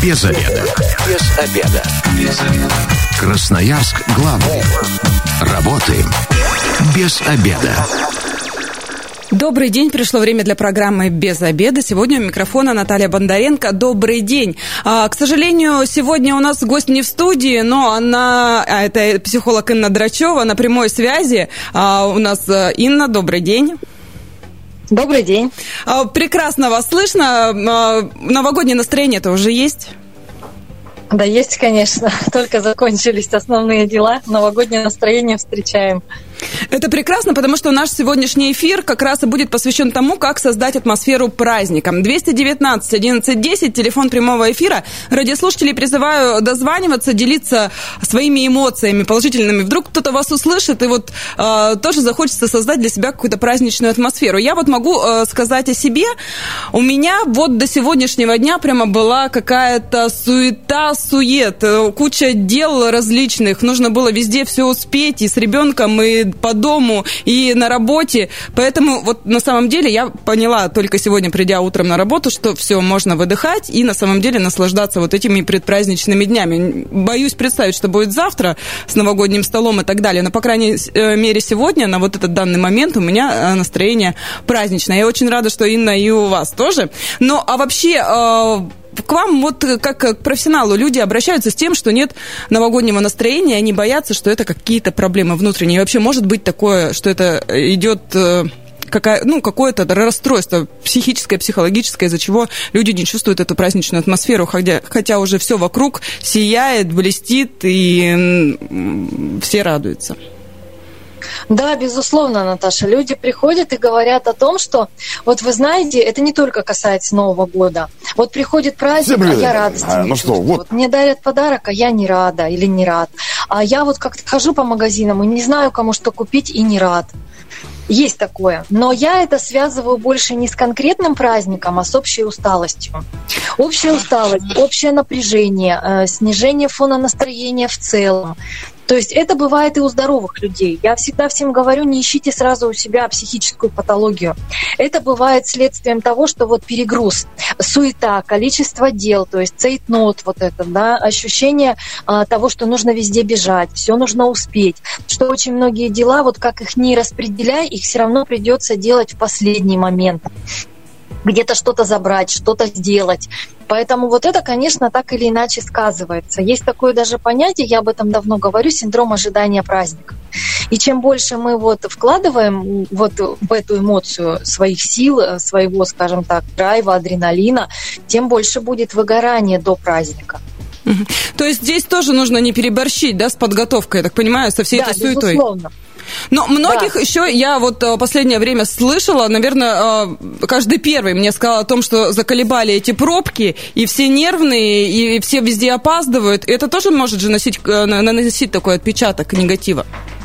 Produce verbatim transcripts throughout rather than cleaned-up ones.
Без обеда. Без обеда. Без обеда. Красноярск главный. Работаем без обеда. Добрый день. Пришло время для программы «Без обеда». Сегодня у микрофона Наталья Бондаренко. Добрый день. А, к сожалению, сегодня у нас гость не в студии, но она, а, это психолог Инна Драчева, на прямой связи. А, у нас Инна, добрый день. Добрый день. А, прекрасно вас слышно. А, новогоднее настроение-то уже есть? Да, есть, конечно. Только закончились основные дела. Новогоднее настроение встречаем. Это прекрасно, потому что наш сегодняшний эфир как раз и будет посвящен тому, как создать атмосферу праздника. двести девятнадцать одиннадцать десять, телефон прямого эфира. Радиослушателей призываю дозваниваться, делиться своими эмоциями положительными. Вдруг кто-то вас услышит и вот э, тоже захочется создать для себя какую-то праздничную атмосферу. Я вот могу э, сказать о себе. У меня вот до сегодняшнего дня прямо была какая-то суета, сует, куча дел различных. Нужно было везде все успеть и с ребенком, и по дому, и на работе. Поэтому вот на самом деле я поняла только сегодня, придя утром на работу, что все, можно выдыхать и на самом деле наслаждаться вот этими предпраздничными днями. Боюсь представить, что будет завтра с новогодним столом и так далее. Но, по крайней мере, сегодня, на вот этот данный момент, у меня настроение праздничное. Я очень рада, что, Инна, и у вас тоже. Ну, а вообще... К вам вот как к профессионалу люди обращаются с тем, что нет новогоднего настроения, они боятся, что это какие-то проблемы внутренние. И вообще может быть такое, что это идет какая, ну, какое-то расстройство психическое, психологическое, из-за чего люди не чувствуют эту праздничную атмосферу, хотя, хотя уже все вокруг сияет, блестит и все радуются. Да, безусловно, Наташа. Люди приходят и говорят о том, что, вот вы знаете, это не только касается Нового года. Вот приходит праздник, а я радости а, не ну чувствую. Что, вот. Вот мне дарят подарок, а я не рада или не рад. А я вот как-то хожу по магазинам и не знаю, кому что купить, и не рад. Есть такое. Но я это связываю больше не с конкретным праздником, а с общей усталостью. Общая усталость, общее напряжение, э, снижение фона настроения в целом. То есть это бывает и у здоровых людей. Я всегда всем говорю, не ищите сразу у себя психическую патологию. Это бывает следствием того, что вот перегруз, суета, количество дел, то есть цейтнот, вот это, да, ощущение а, того, что нужно везде бежать, все нужно успеть, что очень многие дела, вот как их ни распределяй, их все равно придется делать в последний момент. Где-то что-то забрать, что-то сделать. Поэтому вот это, конечно, так или иначе сказывается. Есть такое даже понятие, я об этом давно говорю, синдром ожидания праздника. И чем больше мы вот вкладываем вот в эту эмоцию своих сил, своего, скажем так, драйва, адреналина, тем больше будет выгорание до праздника. То есть здесь тоже нужно не переборщить, да, с подготовкой, я так понимаю, со всей да, этой суетой? Безусловно. Но многих да. еще, я вот в последнее время слышала, наверное, каждый первый мне сказал о том, что заколебали эти пробки, и все нервные, и все везде опаздывают. Это тоже может же носить, наносить такой отпечаток негатива?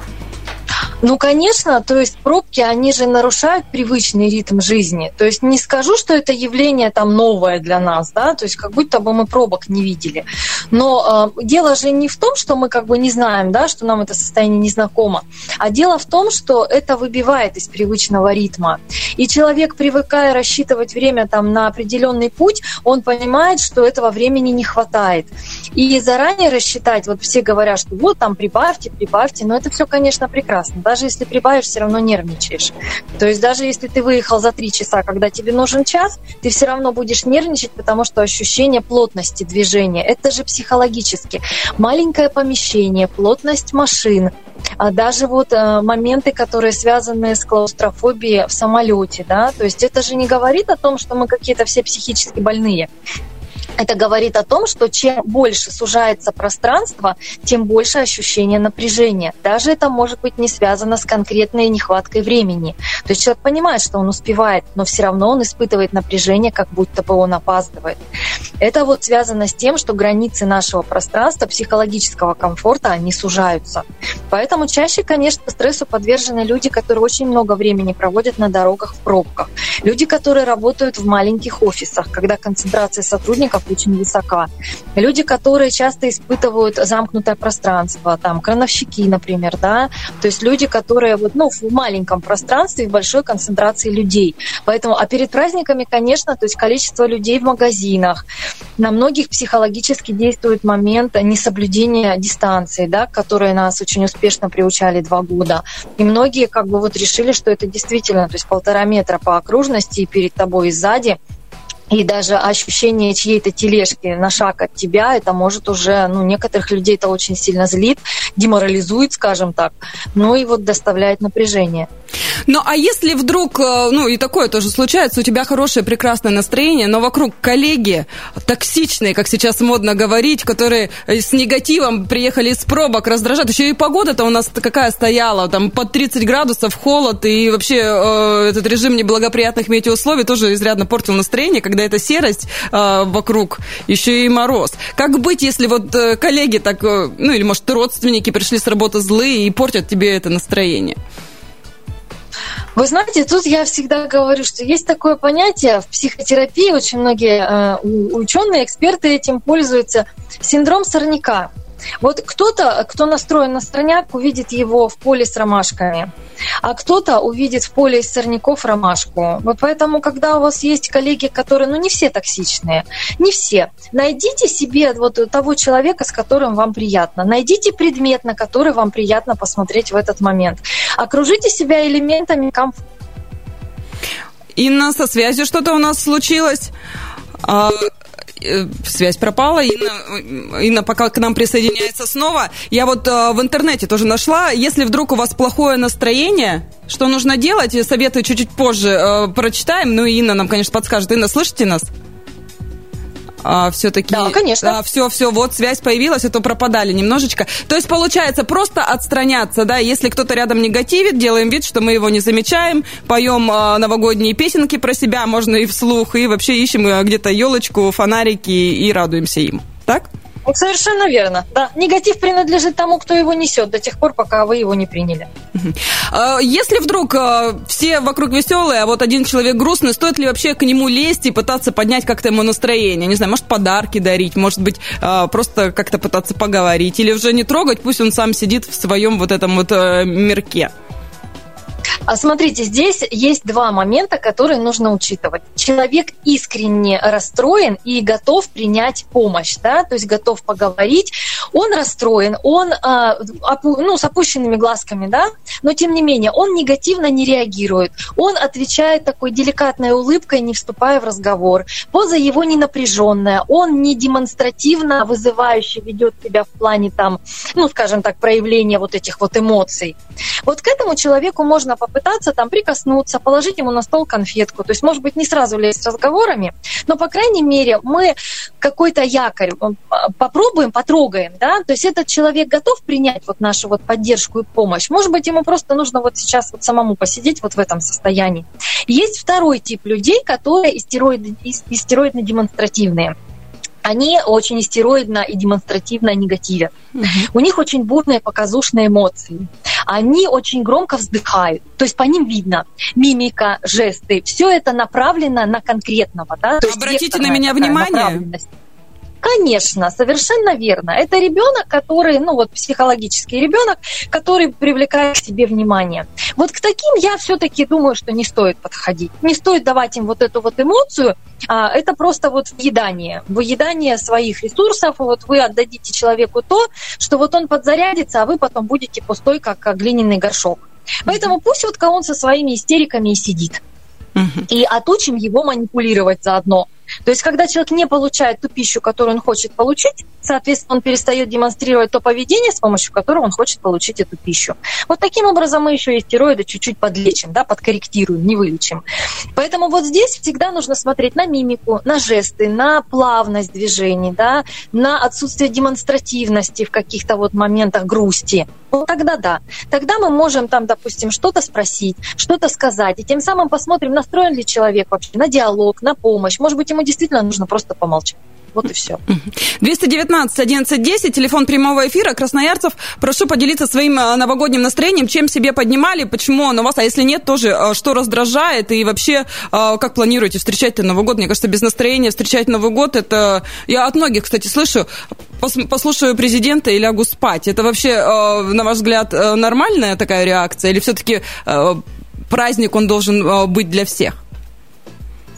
Ну, конечно, то есть пробки, они же нарушают привычный ритм жизни. То есть не скажу, что это явление там новое для нас, да, то есть как будто бы мы пробок не видели. Но э, дело же не в том, что мы как бы не знаем, да, что нам это состояние не знакомо, а дело в том, что это выбивает из привычного ритма. И человек, привыкая рассчитывать время там на определенный путь, он понимает, что этого времени не хватает. И заранее рассчитать, вот все говорят, что вот там прибавьте, прибавьте, но это все, конечно, прекрасно. Даже если прибавишь, все равно нервничаешь. То есть даже если ты выехал за три часа, когда тебе нужен час, ты все равно будешь нервничать, потому что ощущение плотности движения, это же психологически. Маленькое помещение, плотность машин, а даже вот э, моменты, которые связаны с клаустрофобией в самолете, да, то есть это же не говорит о том, что мы какие-то все психически больные. Это говорит о том, что чем больше сужается пространство, тем больше ощущение напряжения. Даже это может быть не связано с конкретной нехваткой времени. То есть человек понимает, что он успевает, но все равно он испытывает напряжение, как будто бы он опаздывает. Это вот связано с тем, что границы нашего пространства, психологического комфорта, они сужаются. Поэтому чаще, конечно, стрессу подвержены люди, которые очень много времени проводят на дорогах в пробках. Люди, которые работают в маленьких офисах, когда концентрация сотрудников очень высока. Люди, которые часто испытывают замкнутое пространство, там, крановщики, например, да, то есть люди, которые вот, ну, в маленьком пространстве, в большой концентрации людей. Поэтому, а перед праздниками, конечно, то есть количество людей в магазинах, На многих психологически действует момент несоблюдения дистанции, да, к которой нас очень успешно приучали два года. И многие как бы вот решили, что это действительно, то есть полтора метра по окружности и перед тобой и сзади. И даже ощущение чьей-то тележки на шаг от тебя, это может уже, ну, некоторых людей это очень сильно злит, деморализует, скажем так, ну и вот доставляет напряжение. Ну, а если вдруг, ну, и такое тоже случается, у тебя хорошее, прекрасное настроение, но вокруг коллеги токсичные, как сейчас модно говорить, которые с негативом приехали из пробок, раздражают. Еще и погода-то у нас какая стояла, там под тридцать градусов, холод, и вообще э, этот режим неблагоприятных метеоусловий тоже изрядно портил настроение, когда эта серость э, вокруг, еще и мороз. Как быть, если вот э, коллеги так, э, ну, или, может, родственники пришли с работы злые и портят тебе это настроение? Вы знаете, тут я всегда говорю, что есть такое понятие в психотерапии, очень многие э, ученые, эксперты этим пользуются, синдром сорняка. Вот кто-то, кто настроен на сорняк, увидит его в поле с ромашками, а кто-то увидит в поле из сорняков ромашку. Вот поэтому, когда у вас есть коллеги, которые, ну, не все токсичные, не все, найдите себе вот того человека, с которым вам приятно. Найдите предмет, на который вам приятно посмотреть в этот момент. Окружите себя элементами комфорта. Инна, со связью что-то у нас случилось? Связь пропала. Инна, Инна пока к нам присоединяется снова. Я вот э, в интернете тоже нашла. Если вдруг у вас плохое настроение, что нужно делать? Советую чуть-чуть позже э, прочитаем. Ну и Инна нам, конечно, подскажет. Инна, слышите нас? А, все-таки... Да, конечно. А, все, все, вот связь появилась, а то пропадали немножечко. То есть, получается, просто отстраняться, да, если кто-то рядом негативит, делаем вид, что мы его не замечаем, поем а, новогодние песенки про себя, можно и вслух, и вообще ищем а, где-то елочку, фонарики и радуемся им. Так? Совершенно верно. Да. Негатив принадлежит тому, кто его несет, до тех пор, пока вы его не приняли. Если вдруг все вокруг веселые, а вот один человек грустный, стоит ли вообще к нему лезть и пытаться поднять как-то ему настроение? Не знаю, может, подарки дарить, может быть, просто как-то пытаться поговорить, или уже не трогать, пусть он сам сидит в своем вот этом вот мирке. Смотрите, здесь есть два момента, которые нужно учитывать. Человек искренне расстроен и готов принять помощь, да, то есть готов поговорить. Он расстроен, он а, опу, ну, с опущенными глазками, да, но тем не менее он негативно не реагирует. Он отвечает такой деликатной улыбкой, не вступая в разговор. Поза его не напряженная, он не демонстративно вызывающе ведет себя в плане там, ну, скажем так, проявления вот этих вот эмоций. Вот к этому человеку можно попытаться там прикоснуться, положить ему на стол конфетку. То есть, может быть, не сразу лезть с разговорами, но, по крайней мере, мы какой-то якорь попробуем, потрогаем, да, то есть этот человек готов принять вот нашу вот поддержку и помощь. Может быть, ему просто нужно вот сейчас вот самому посидеть вот в этом состоянии. Есть второй тип людей, которые истероидно, истероидно-демонстративные. Они очень истероидно и демонстративно негативят. Uh-huh. У них очень бурные показушные эмоции. Они очень громко вздыхают. То есть по ним видно мимика, жесты. Все это направлено на конкретного. Да? Обратите на меня внимание. Конечно, совершенно верно. Это ребенок, который, ну вот психологический ребенок, который привлекает к себе внимание. Вот к таким я все-таки думаю, что не стоит подходить. Не стоит давать им вот эту вот эмоцию. А, это просто вот выедание. Выедание своих ресурсов. Вот вы отдадите человеку то, что вот он подзарядится, а вы потом будете пустой, как, как глиняный горшок. Поэтому пусть вот он со своими истериками и сидит. И отучим его манипулировать заодно. То есть, когда человек не получает ту пищу, которую он хочет получить, соответственно, он перестает демонстрировать то поведение, с помощью которого он хочет получить эту пищу. Вот таким образом мы еще и стероиды чуть-чуть подлечим, да, подкорректируем, не вылечим. Поэтому вот здесь всегда нужно смотреть на мимику, на жесты, на плавность движений, да, на отсутствие демонстративности в каких-то вот моментах грусти. Вот тогда да. Тогда мы можем там, допустим, что-то спросить, что-то сказать, и тем самым посмотрим, настроен ли человек вообще на диалог, на помощь. Может быть, ему действительно нужно просто помолчать. Вот и все. двести девятнадцать одиннадцать десять, телефон прямого эфира. Красноярцев, прошу поделиться своим новогодним настроением, чем себе поднимали, почему он у вас, а если нет, тоже что раздражает, и вообще, как планируете встречать Новый год? Мне кажется, без настроения встречать Новый год, это... Я от многих, кстати, слышу, послушаю президента и лягу спать. Это вообще, на ваш взгляд, нормальная такая реакция? Или все-таки праздник, он должен быть для всех?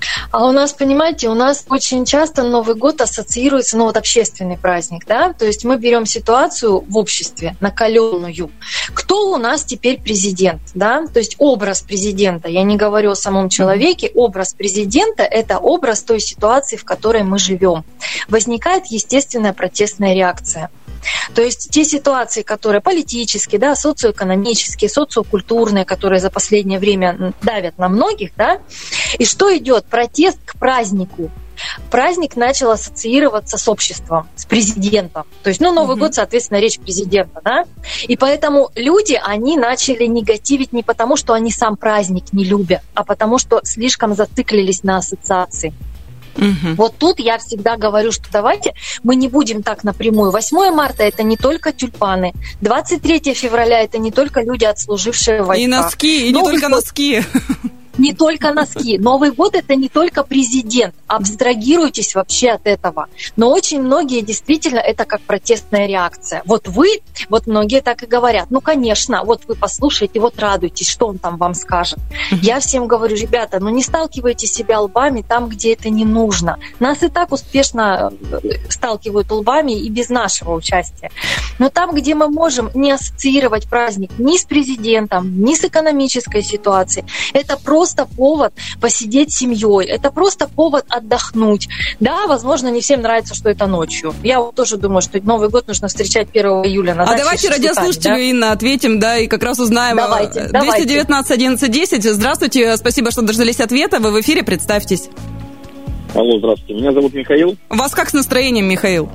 А у нас, понимаете, у нас очень часто Новый год ассоциируется, ну вот общественный праздник, да, то есть мы берем ситуацию в обществе накаленную. Кто у нас теперь президент, да, то есть образ президента, я не говорю о самом человеке, образ президента – это образ той ситуации, в которой мы живем. Возникает естественная протестная реакция. То есть те ситуации, которые политические, да, социоэкономические, социокультурные, которые за последнее время давят на многих, да, и что идет? Протест к празднику. Праздник начал ассоциироваться с обществом, с президентом. То есть, ну, Новый mm-hmm. год, соответственно, речь президента, да? И поэтому люди, они начали негативить не потому, что они сам праздник не любят, а потому, что слишком зациклились на ассоциации. Угу. Вот тут я всегда говорю, что давайте мы не будем так напрямую. восьмое марта это не только тюльпаны, двадцать третьего февраля это не только люди, отслужившие в войсках. И носки, и не только носки. Не только носки. Новый год – это не только президент. Абстрагируйтесь вообще от этого. Но очень многие действительно это как протестная реакция. Вот вы, вот многие так и говорят. Ну, конечно, вот вы послушаете, вот радуйтесь, что он там вам скажет. Я всем говорю, ребята, ну не сталкивайте себя лбами там, где это не нужно. Нас и так успешно сталкивают лбами и без нашего участия. Но там, где мы можем не ассоциировать праздник ни с президентом, ни с экономической ситуацией, это просто просто повод посидеть с семьей, это просто повод отдохнуть. Да, возможно, не всем нравится, что это ночью. Я вот тоже думаю, что Новый год нужно встречать первого июля. На а давайте радиослушателю, да? Инна, ответим, да, и как раз узнаем. Давайте, двести девятнадцать одиннадцать десять. Здравствуйте, спасибо, что дождались ответа. Вы в эфире, представьтесь. Алло, здравствуйте, меня зовут Михаил. У вас как с настроением, Михаил?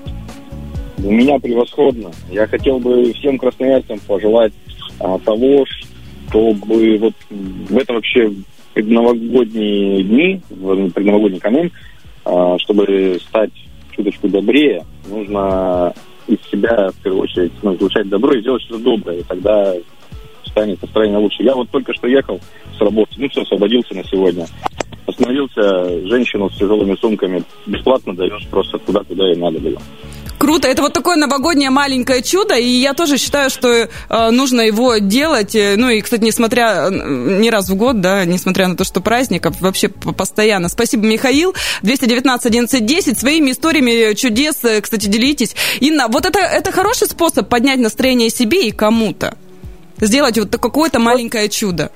У меня превосходно. Я хотел бы всем красноярцам пожелать а, того, чтобы вот в это вообще предновогодние дни, в предновогодний канун, а, чтобы стать чуточку добрее, нужно из себя, в первую очередь, ну, излучать добро и сделать что-то доброе, и тогда станет настроение лучше. Я вот только что ехал с работы, ну все, освободился на сегодня. Остановился, женщину с тяжелыми сумками бесплатно даешь просто туда, куда ей надо было. Круто, это вот такое новогоднее маленькое чудо, и я тоже считаю, что э, нужно его делать, ну и, кстати, несмотря, не раз в год, да, несмотря на то, что праздников, вообще постоянно. Спасибо, Михаил. двести девятнадцать одиннадцать десять, своими историями чудес, кстати, делитесь. Инна, вот это, это хороший способ поднять настроение себе и кому-то, сделать вот какое-то маленькое чудо.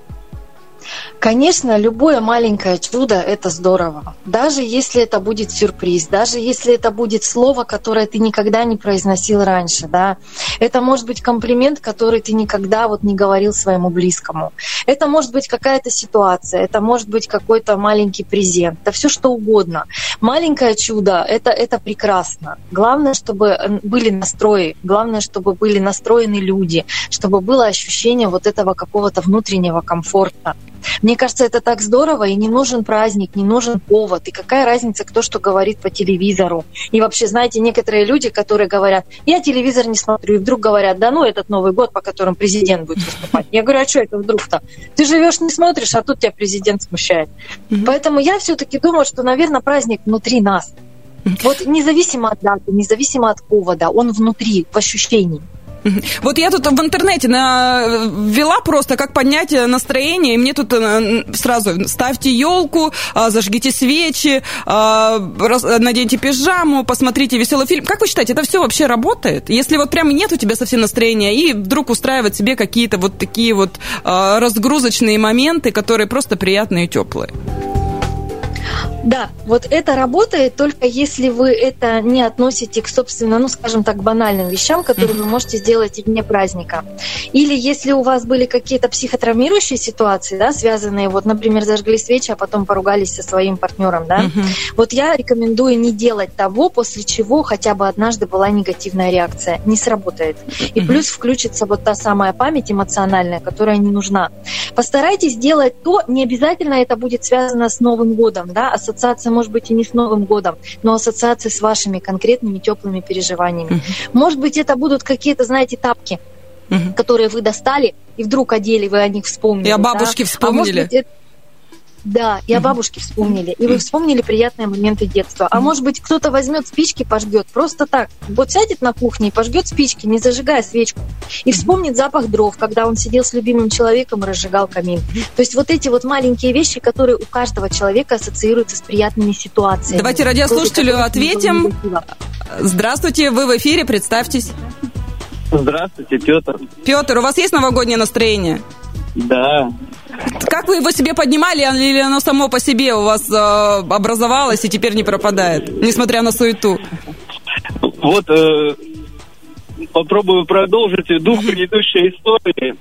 Конечно, любое маленькое чудо – это здорово. Даже если это будет сюрприз, даже если это будет слово, которое ты никогда не произносил раньше, да. Это может быть комплимент, который ты никогда вот не говорил своему близкому. Это может быть какая-то ситуация, это может быть какой-то маленький презент, это все что угодно. Маленькое чудо – это, это прекрасно. Главное, чтобы были настрои, главное, чтобы были настроены люди, чтобы было ощущение вот этого какого-то внутреннего комфорта. Мне кажется, это так здорово, и не нужен праздник, не нужен повод. И какая разница, кто что говорит по телевизору. И вообще, знаете, некоторые люди, которые говорят, я телевизор не смотрю, и вдруг говорят, да ну, этот Новый год, по которому президент будет выступать. Я говорю, а что это вдруг-то? Ты живешь, не смотришь, а тут тебя президент смущает. Mm-hmm. Поэтому я все-таки думаю, что, наверное, праздник внутри нас. Вот независимо от даты, независимо от повода, он внутри, в ощущении. Вот я тут в интернете ввела просто, как поднять настроение, и мне тут сразу ставьте елку, зажгите свечи, наденьте пижаму, посмотрите веселый фильм. Как вы считаете, это все вообще работает? Если вот прямо нет у тебя совсем настроения, и вдруг устраивать себе какие-то вот такие вот разгрузочные моменты, которые просто приятные и теплые? Да, вот это работает только если вы это не относите к, собственно, ну, скажем так, банальным вещам, которые вы можете сделать и вне праздника. Или если у вас были какие-то психотравмирующие ситуации, да, связанные, вот, например, зажгли свечи, а потом поругались со своим партнером, да, uh-huh. вот я рекомендую не делать того, после чего хотя бы однажды была негативная реакция. Не сработает. И uh-huh. плюс включится вот та самая память эмоциональная, которая не нужна. Постарайтесь делать то, не обязательно это будет связано с Новым годом, да, ассоциация может быть и не с Новым годом, но ассоциация с вашими конкретными теплыми переживаниями. Uh-huh. Может быть, это будут какие-то, знаете, тапки, uh-huh. которые вы достали, и вдруг одели, вы о них вспомнили. И о бабушке да? вспомнили. А может быть, это... Да, и о бабушке вспомнили. И вы вспомнили приятные моменты детства. А может быть, кто-то возьмет спички, пожгет. Просто так. Вот сядет на кухне и пожгет спички, не зажигая свечку. И вспомнит запах дров, когда он сидел с любимым человеком и разжигал камин. То есть вот эти вот маленькие вещи, которые у каждого человека ассоциируются с приятными ситуациями. Давайте радиослушателю ответим. Здравствуйте, вы в эфире, представьтесь. Здравствуйте, Петр. Петр, у вас есть новогоднее настроение? Да. Как вы его себе поднимали, или оно само по себе у вас э, образовалось и теперь не пропадает, несмотря на суету? Вот, э, попробую продолжить дух предыдущей истории.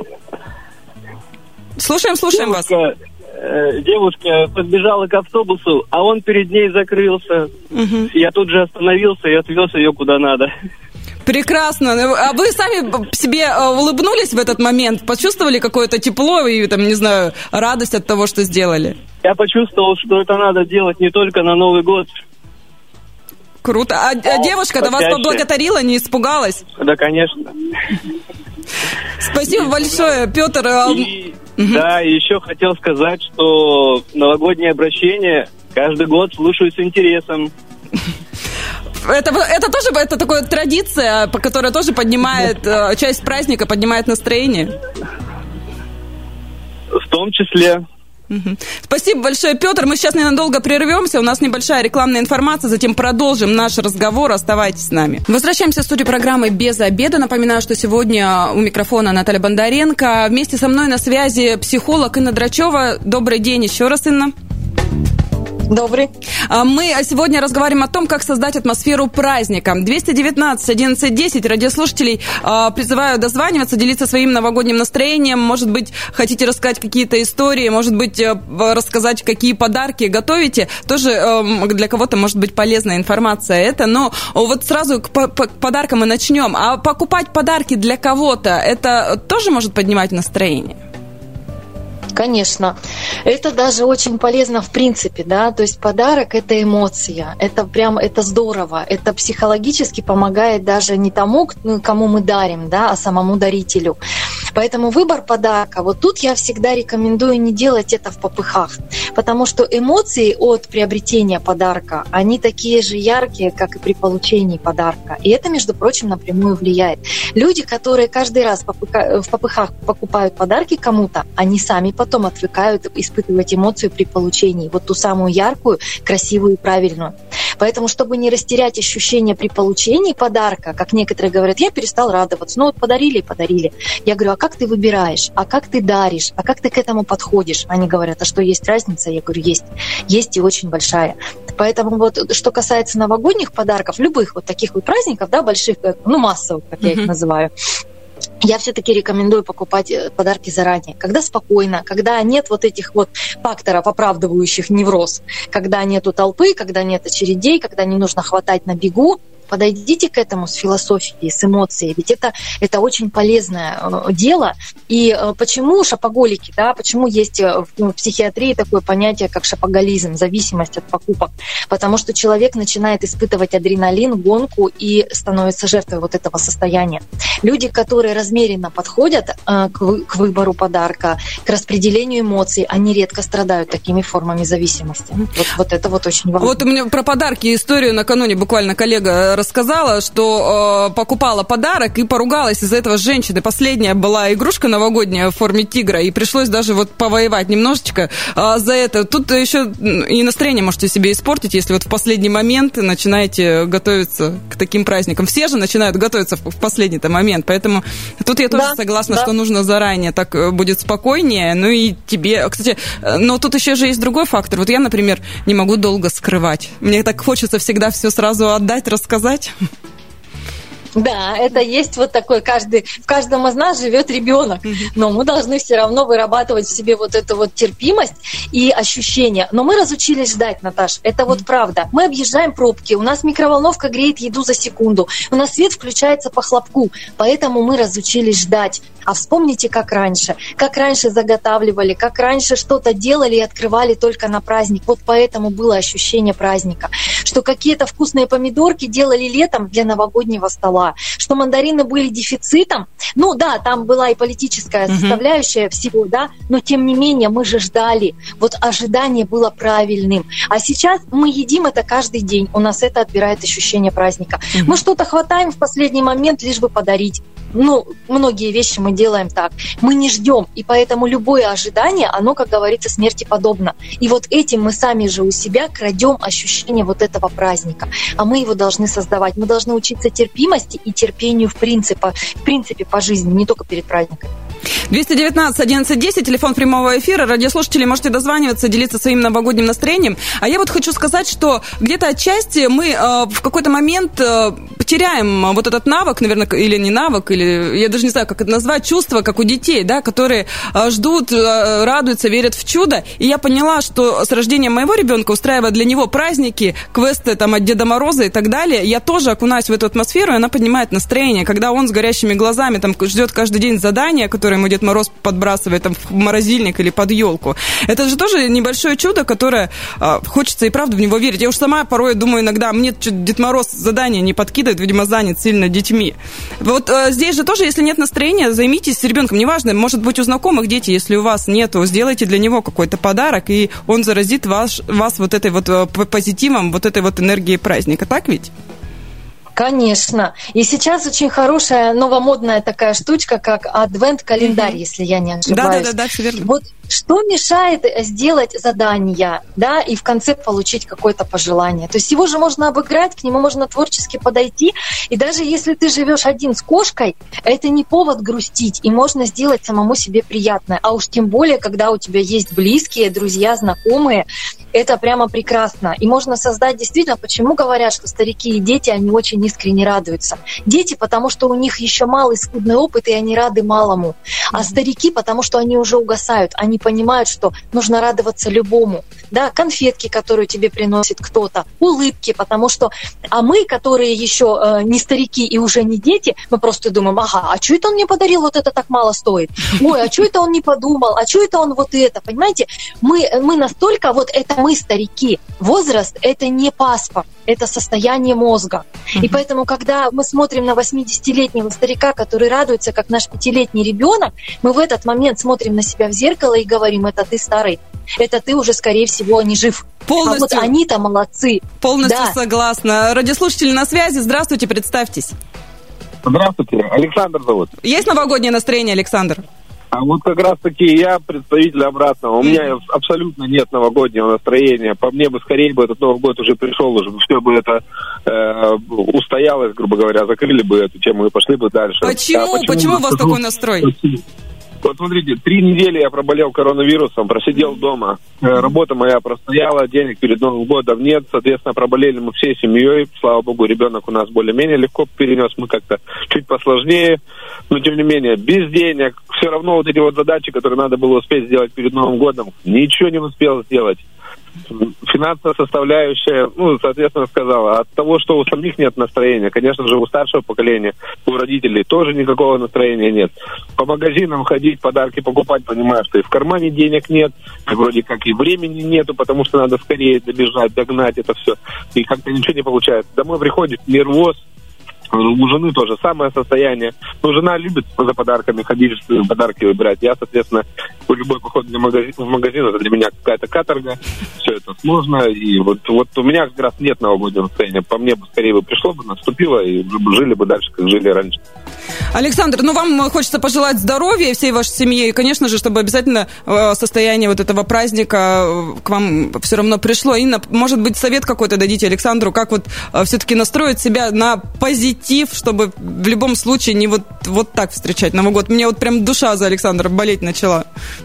Слушаем, слушаем девушка, вас. Э, девушка подбежала к автобусу, а он перед ней закрылся. Угу. Я тут же остановился и отвез ее куда надо. Прекрасно. А вы сами себе улыбнулись в этот момент? Почувствовали какое-то тепло и, там, не знаю, радость от того, что сделали? Я почувствовал, что это надо делать не только на Новый год. Круто. А, а девушка-то вас поблагодарила, не испугалась? Да, конечно. Спасибо большое, Петр. И, угу. Да, и еще хотел сказать, что новогоднее обращение каждый год слушаю с интересом. Это, это тоже это такая традиция, которая тоже поднимает, часть праздника, поднимает настроение? В том числе. Угу. Спасибо большое, Петр. Мы сейчас ненадолго прервемся. У нас небольшая рекламная информация, затем продолжим наш разговор. Оставайтесь с нами. Возвращаемся в студию программы «Без обеда». Напоминаю, что сегодня у микрофона Наталья Бондаренко. Вместе со мной на связи психолог Инна Драчева. Добрый день еще раз, Инна. Добрый. Мы сегодня разговариваем о том, как создать атмосферу праздника. двести девятнадцать одиннадцать десять радиослушателей призываю дозваниваться, делиться своим новогодним настроением. Может быть, хотите рассказать какие-то истории, может быть, рассказать, какие подарки готовите. Тоже для кого-то может быть полезная информация это. Но вот сразу к подаркам мы начнем. А покупать подарки для кого-то, это тоже может поднимать настроение? Конечно. Это даже очень полезно в принципе, да, то есть подарок – это эмоция, это прям, это здорово, это психологически помогает даже не тому, кому мы дарим, да, а самому дарителю. Поэтому выбор подарка, вот тут я всегда рекомендую не делать это в попыхах, потому что эмоции от приобретения подарка, они такие же яркие, как и при получении подарка. И это, между прочим, напрямую влияет. Люди, которые каждый раз в попыхах покупают подарки кому-то, они сами потом отвыкают испытывать эмоцию при получении, вот ту самую яркую, красивую и правильную. Поэтому, чтобы не растерять ощущение при получении подарка, как некоторые говорят, я перестал радоваться, ну вот подарили и подарили. Я говорю, а как ты выбираешь, а как ты даришь, а как ты к этому подходишь? Они говорят, а что, есть разница? Я говорю, есть. Есть и очень большая. Поэтому вот, что касается новогодних подарков, любых вот таких вот праздников, да, больших, ну массовых, как я их называю, я все-таки рекомендую покупать подарки заранее, когда спокойно, когда нет вот этих вот факторов, оправдывающих невроз, когда нету толпы, когда нет очередей, когда не нужно хватать на бегу. Подойдите к этому с философией, с эмоцией, ведь это, это очень полезное дело. И почему шопоголики, да, почему есть в психиатрии такое понятие, как шопоголизм, зависимость от покупок? Потому что человек начинает испытывать адреналин, гонку и становится жертвой вот этого состояния. Люди, которые размеренно подходят к выбору подарка, к распределению эмоций, они редко страдают такими формами зависимости. Вот, вот это вот очень важно. Вот у меня про подарки историю накануне буквально коллега рассказала, что э, покупала подарок и поругалась из-за этого с женщиной. Последняя была игрушка новогодняя в форме тигра, и пришлось даже вот повоевать немножечко э, за это. Тут еще и настроение можете себе испортить, если вот в последний момент начинаете готовиться к таким праздникам. Все же начинают готовиться в, в последний-то момент, поэтому тут я тоже да, согласна, да. что нужно заранее, так будет спокойнее. Ну и тебе, кстати, но тут еще же есть другой фактор. Вот я, например, не могу долго скрывать. Мне так хочется всегда все сразу отдать, рассказать. Да, это есть вот такой, каждый, в каждом из нас живет ребенок, но мы должны все равно вырабатывать в себе вот эту вот терпимость и ощущение. Но мы разучились ждать, Наташ, это вот правда. Мы объезжаем пробки, у нас микроволновка греет еду за секунду, у нас свет включается по хлопку, поэтому мы разучились ждать. А вспомните, как раньше, как раньше заготавливали, как раньше что-то делали и открывали только на праздник. Вот поэтому было ощущение праздника, что какие-то вкусные помидорки делали летом для новогоднего стола. была, что мандарины были дефицитом. Ну да, там была и политическая mm-hmm. составляющая всего, да, но тем не менее мы же ждали. Вот ожидание было правильным. А сейчас мы едим это каждый день. У нас это отбирает ощущение праздника. Mm-hmm. Мы что-то хватаем в последний момент, лишь бы подарить. Ну, многие вещи мы делаем так. Мы не ждем, и поэтому любое ожидание, оно, как говорится, смерти подобно. И вот этим мы сами же у себя крадем ощущение вот этого праздника. А мы его должны создавать. Мы должны учиться терпимости и терпению в принципе, в принципе по жизни, не только перед праздником. двести девятнадцать одиннадцать десять, телефон прямого эфира. Радиослушатели, можете дозваниваться, делиться своим новогодним настроением. А я вот хочу сказать, что где-то отчасти мы э, в какой-то момент э, потеряем вот этот навык, наверное, или не навык, или я даже не знаю, как это назвать, чувство, как у детей, да, которые э, ждут, э, радуются, верят в чудо. И я поняла, что с рождением моего ребенка, устраивая для него праздники, квесты там, от Деда Мороза и так далее, я тоже окунаюсь в эту атмосферу, и она поднимает настроение. Когда он с горящими глазами там, ждет каждый день задания, которые ему Дед Мороз подбрасывает там, в морозильник или под елку. Это же тоже небольшое чудо, которое э, хочется и правда в него верить. Я уж сама порой думаю иногда, мне Дед Мороз задание не подкидывает, видимо, занят сильно детьми. Вот э, здесь же тоже, если нет настроения, займитесь ребенком. Неважно, может быть, у знакомых дети, если у вас нету, сделайте для него какой-то подарок, и он заразит вас, вас вот этой вот позитивом, вот этой вот энергией праздника. Так ведь? Конечно. И сейчас очень хорошая новомодная такая штучка, как адвент-календарь, mm-hmm. если я не ошибаюсь. Да-да-да, все верно. Вот что мешает сделать задание, да, и в конце получить какое-то пожелание? То есть его же можно обыграть, к нему можно творчески подойти, и даже если ты живешь один с кошкой, это не повод грустить, и можно сделать самому себе приятное. А уж тем более, когда у тебя есть близкие, друзья, знакомые, это прямо прекрасно. И можно создать действительно, почему говорят, что старики и дети, они очень искренне радуются. Дети, потому что у них еще малый скудный опыт, и они рады малому. А старики, потому что они уже угасают, они понимают, что нужно радоваться любому. Да, конфетки, которые тебе приносит кто-то, улыбки, потому что... А мы, которые еще э, не старики и уже не дети, мы просто думаем, ага, а что это он мне подарил, вот это так мало стоит? Ой, а что это он не подумал? А что это он вот это? Понимаете, мы, мы настолько, вот это мы старики. Возраст – это не паспорт, это состояние мозга. Mm-hmm. И поэтому, когда мы смотрим на восьмидесятилетнего старика, который радуется, как наш пятилетний ребенок, мы в этот момент смотрим на себя в зеркало и говорим, это ты старый, это ты уже, скорее всего, не жив. Полностью, а вот они-то молодцы. Полностью да. согласна. Радиослушатели на связи, здравствуйте, представьтесь. Здравствуйте, Александр зовут. Есть новогоднее настроение, Александр? А вот как раз-таки я представитель обратного. У меня абсолютно нет новогоднего настроения. По мне бы скорее бы этот Новый год уже пришел, уже все бы это э, устоялось, грубо говоря, закрыли бы эту тему и пошли бы дальше. Почему? А почему, почему у вас такой настрой? Вот смотрите, три недели я проболел коронавирусом, просидел дома. Работа моя простояла, денег перед Новым годом нет. Соответственно, проболели мы всей семьей. Слава богу, ребенок у нас более-менее легко перенес. Мы как-то чуть посложнее. Но, тем не менее, без денег. Все равно вот эти вот задачи, которые надо было успеть сделать перед Новым годом, ничего не успел сделать. Финансовая составляющая, ну, соответственно, сказала, от того, что у самих нет настроения, конечно же, у старшего поколения, у родителей тоже никакого настроения нет. По магазинам ходить, подарки покупать, понимаешь, что и в кармане денег нет, и вроде как и времени нету, потому что надо скорее добежать, догнать это все, и как-то ничего не получается. Домой приходит нервоз. У жены тоже самое состояние. Но жена любит за подарками ходить, подарки выбирать. Я, соответственно, любой поход в магазин, в магазин это для меня какая-то каторга. Все это сложно. И вот, вот у меня как раз нет новогоднего настроения. По мне бы скорее бы пришло бы, наступило, и жили бы дальше, как жили раньше. Александр, ну вам хочется пожелать здоровья всей вашей семье. И, конечно же, чтобы обязательно состояние вот этого праздника к вам все равно пришло. Инна, может быть, совет какой-то дадите Александру, как вот все-таки настроить себя на позитив, чтобы в любом случае не вот, вот так встречать Новый год. Мне вот прям душа за Александра болеть начала.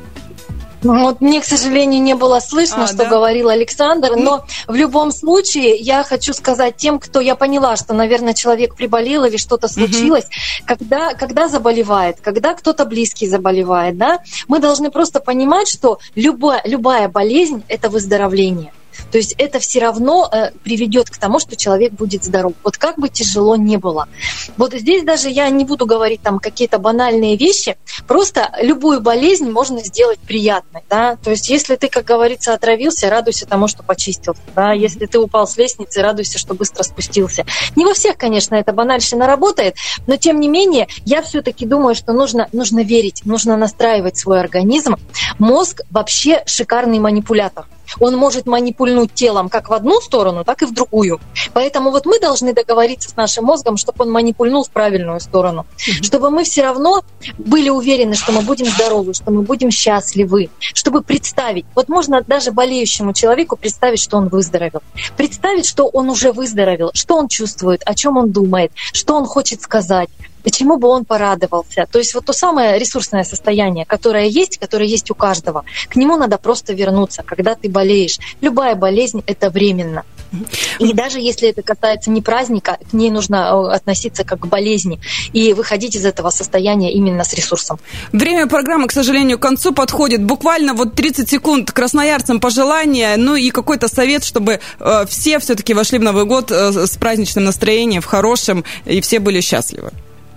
Вот мне, к сожалению, не было слышно, а, что да? говорил Александр, но в любом случае я хочу сказать тем, кто, я поняла, что, наверное, человек приболел или что-то случилось, угу. когда, когда заболевает, когда кто-то близкий заболевает, да, мы должны просто понимать, что любая, любая болезнь – это выздоровление. То есть это все равно э, приведет к тому, что человек будет здоров. Вот как бы тяжело ни было. Вот здесь даже я не буду говорить там какие-то банальные вещи, просто любую болезнь можно сделать приятной, да, то есть если ты, как говорится, отравился, радуйся тому, что почистился, да, если ты упал с лестницы, радуйся, что быстро спустился. Не во всех, конечно, эта банальщина работает, но тем не менее, я все-таки думаю, что нужно, нужно верить, нужно настраивать свой организм. Мозг вообще шикарный манипулятор. Он может манипульнуть телом как в одну сторону, так и в другую. Поэтому вот мы должны договориться с нашим мозгом, чтобы он манипульнул в правильную сторону. Mm-hmm. Чтобы мы все равно были уверены, что мы будем здоровы, что мы будем счастливы. Чтобы представить, вот можно даже болеющему человеку представить, что он выздоровел. Представить, что он уже выздоровел, что он чувствует, о чем он думает, что он хочет сказать. Чему бы он порадовался. То есть вот то самое ресурсное состояние, которое есть, которое есть у каждого, к нему надо просто вернуться, когда ты болеешь. Любая болезнь – это временно. И даже если это касается не праздника, к ней нужно относиться как к болезни и выходить из этого состояния именно с ресурсом. Время программы, к сожалению, к концу подходит. Буквально вот тридцать секунд красноярцам пожелания, ну и какой-то совет, чтобы э, все все-таки вошли в Новый год э, с праздничным настроением, в хорошем, и все были счастливы.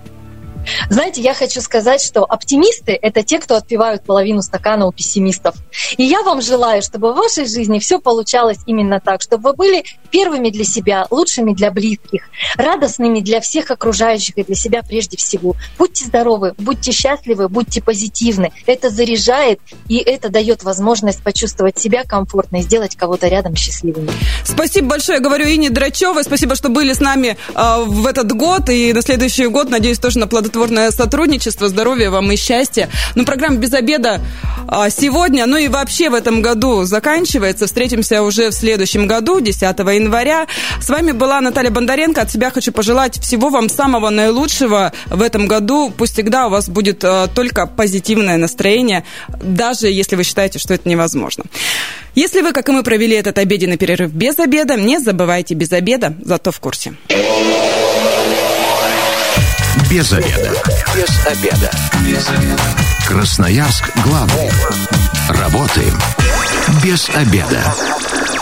Знаете, я хочу сказать, что оптимисты – это те, кто отпивают половину стакана у пессимистов. И я вам желаю, чтобы в вашей жизни все получалось именно так, чтобы вы были первыми для себя, лучшими для близких, радостными для всех окружающих и для себя прежде всего. Будьте здоровы, будьте счастливы, будьте позитивны. Это заряжает, и это дает возможность почувствовать себя комфортно и сделать кого-то рядом счастливыми. Спасибо большое, говорю Инне Драчевой. Спасибо, что были с нами э, в этот год и на следующий год. Надеюсь, тоже на плодотворное сотрудничество, здоровья вам и счастья. Ну, программа «Без обеда» сегодня, ну и вообще в этом году заканчивается. Встретимся уже в следующем году, десятого января. С вами была Наталья Бондаренко. От себя хочу пожелать всего вам самого наилучшего в этом году. Пусть всегда у вас будет только позитивное настроение, даже если вы считаете, что это невозможно. Если вы, как и мы, провели этот обеденный перерыв без обеда, не забывайте без обеда, зато в курсе. Без обеда. Без обеда. Без обеда. Красноярск главный. Работаем без обеда.